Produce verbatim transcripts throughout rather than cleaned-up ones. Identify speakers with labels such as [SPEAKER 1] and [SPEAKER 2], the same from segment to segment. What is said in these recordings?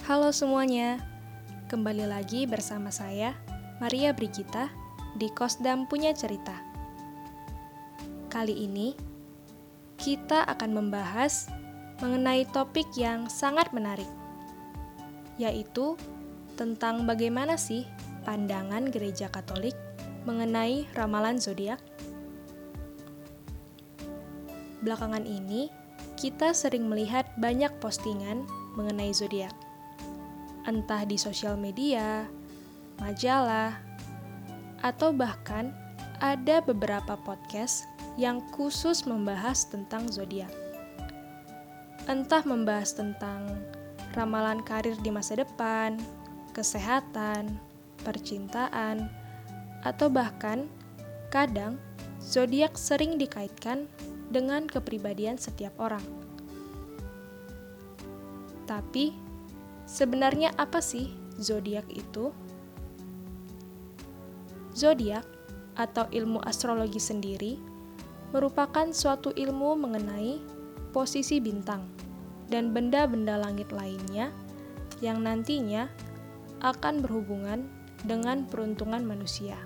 [SPEAKER 1] Halo semuanya, kembali lagi bersama saya, Maria Brigita, di Kosdam Punya Cerita. Kali ini, kita akan membahas mengenai topik yang sangat menarik, yaitu tentang bagaimana sih pandangan Gereja Katolik mengenai ramalan zodiak. Belakangan ini, kita sering melihat banyak postingan mengenai zodiak. Entah di sosial media, majalah, atau bahkan ada beberapa podcast yang khusus membahas tentang zodiak. Entah membahas tentang ramalan karir di masa depan, kesehatan, percintaan, atau bahkan kadang zodiak sering dikaitkan dengan kepribadian setiap orang. Tapi sebenarnya apa sih zodiak itu? Zodiak atau ilmu astrologi sendiri merupakan suatu ilmu mengenai posisi bintang dan benda-benda langit lainnya yang nantinya akan berhubungan dengan peruntungan manusia.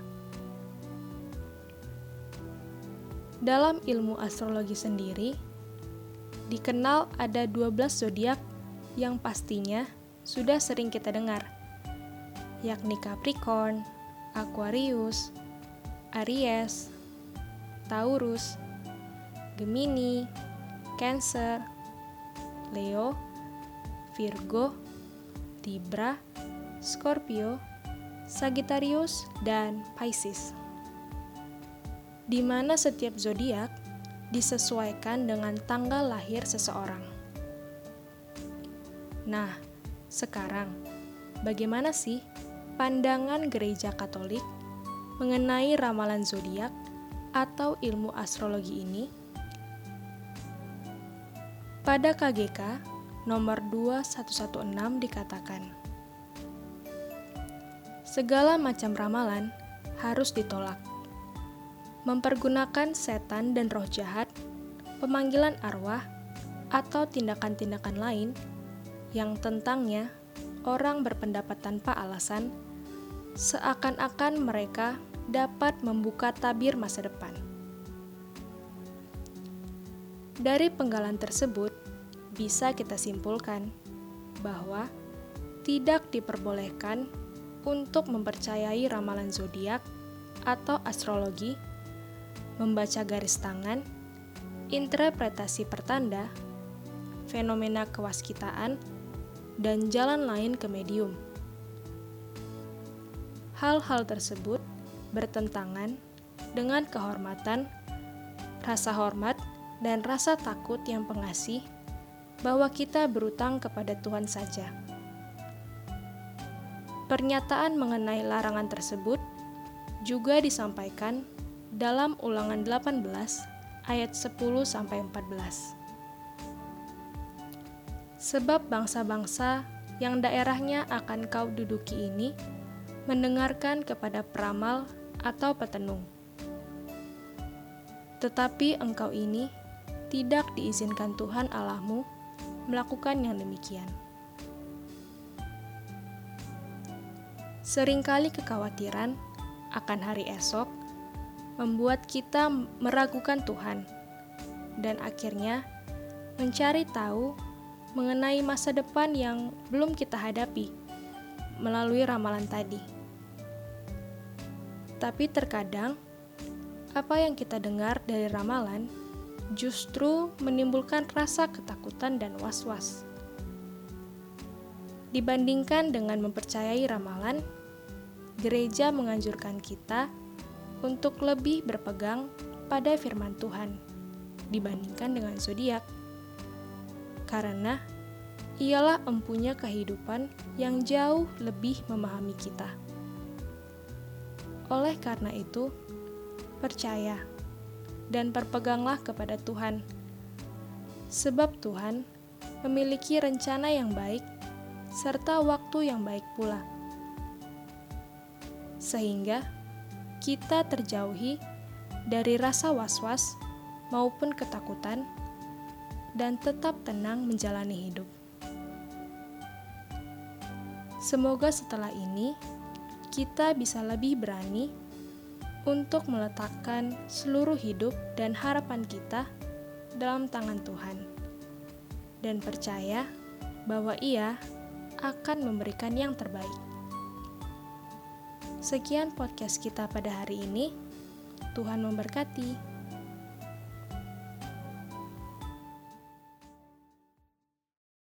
[SPEAKER 1] Dalam ilmu astrologi sendiri, dikenal ada dua belas zodiak yang pastinya sudah sering kita dengar, yakni Capricorn, Aquarius, Aries, Taurus, Gemini, Cancer, Leo, Virgo, Libra, Scorpio, Sagittarius, dan Pisces. Di mana setiap zodiak disesuaikan dengan tanggal lahir seseorang. Nah, sekarang, bagaimana sih pandangan Gereja Katolik mengenai ramalan zodiak atau ilmu astrologi ini? Pada K G K nomor dua ribu seratus enam belas dikatakan, segala macam ramalan harus ditolak. Mempergunakan setan dan roh jahat, pemanggilan arwah, atau tindakan-tindakan lain yang tentangnya orang berpendapat tanpa alasan, seakan-akan mereka dapat membuka tabir masa depan. Dari penggalan tersebut, bisa kita simpulkan bahwa tidak diperbolehkan untuk mempercayai ramalan zodiak atau astrologi, membaca garis tangan, interpretasi pertanda, fenomena kewaskitaan, dan jalan lain ke medium. Hal-hal tersebut bertentangan dengan kehormatan, rasa hormat, dan rasa takut yang pengasih bahwa kita berutang kepada Tuhan saja. Pernyataan mengenai larangan tersebut juga disampaikan dalam Ulangan delapan belas ayat sepuluh sampai empat belas. Sebab bangsa-bangsa yang daerahnya akan kau duduki ini mendengarkan kepada peramal atau petenung. Tetapi engkau ini tidak diizinkan Tuhan Allahmu melakukan yang demikian. Seringkali kekhawatiran akan hari esok membuat kita meragukan Tuhan dan akhirnya mencari tahu mengenai masa depan yang belum kita hadapi melalui ramalan tadi. Tapi terkadang, apa yang kita dengar dari ramalan justru menimbulkan rasa ketakutan dan was-was. Dibandingkan dengan mempercayai ramalan, gereja menganjurkan kita untuk lebih berpegang pada firman Tuhan dibandingkan dengan zodiak. Karena ialah empunya kehidupan yang jauh lebih memahami kita. Oleh karena itu, percaya dan berpeganglah kepada Tuhan, sebab Tuhan memiliki rencana yang baik serta waktu yang baik pula, sehingga kita terjauhi dari rasa was-was maupun ketakutan dan tetap tenang menjalani hidup. Semoga setelah ini kita bisa lebih berani untuk meletakkan seluruh hidup dan harapan kita dalam tangan Tuhan, dan percaya bahwa Ia akan memberikan yang terbaik. Sekian podcast kita pada hari ini. Tuhan memberkati.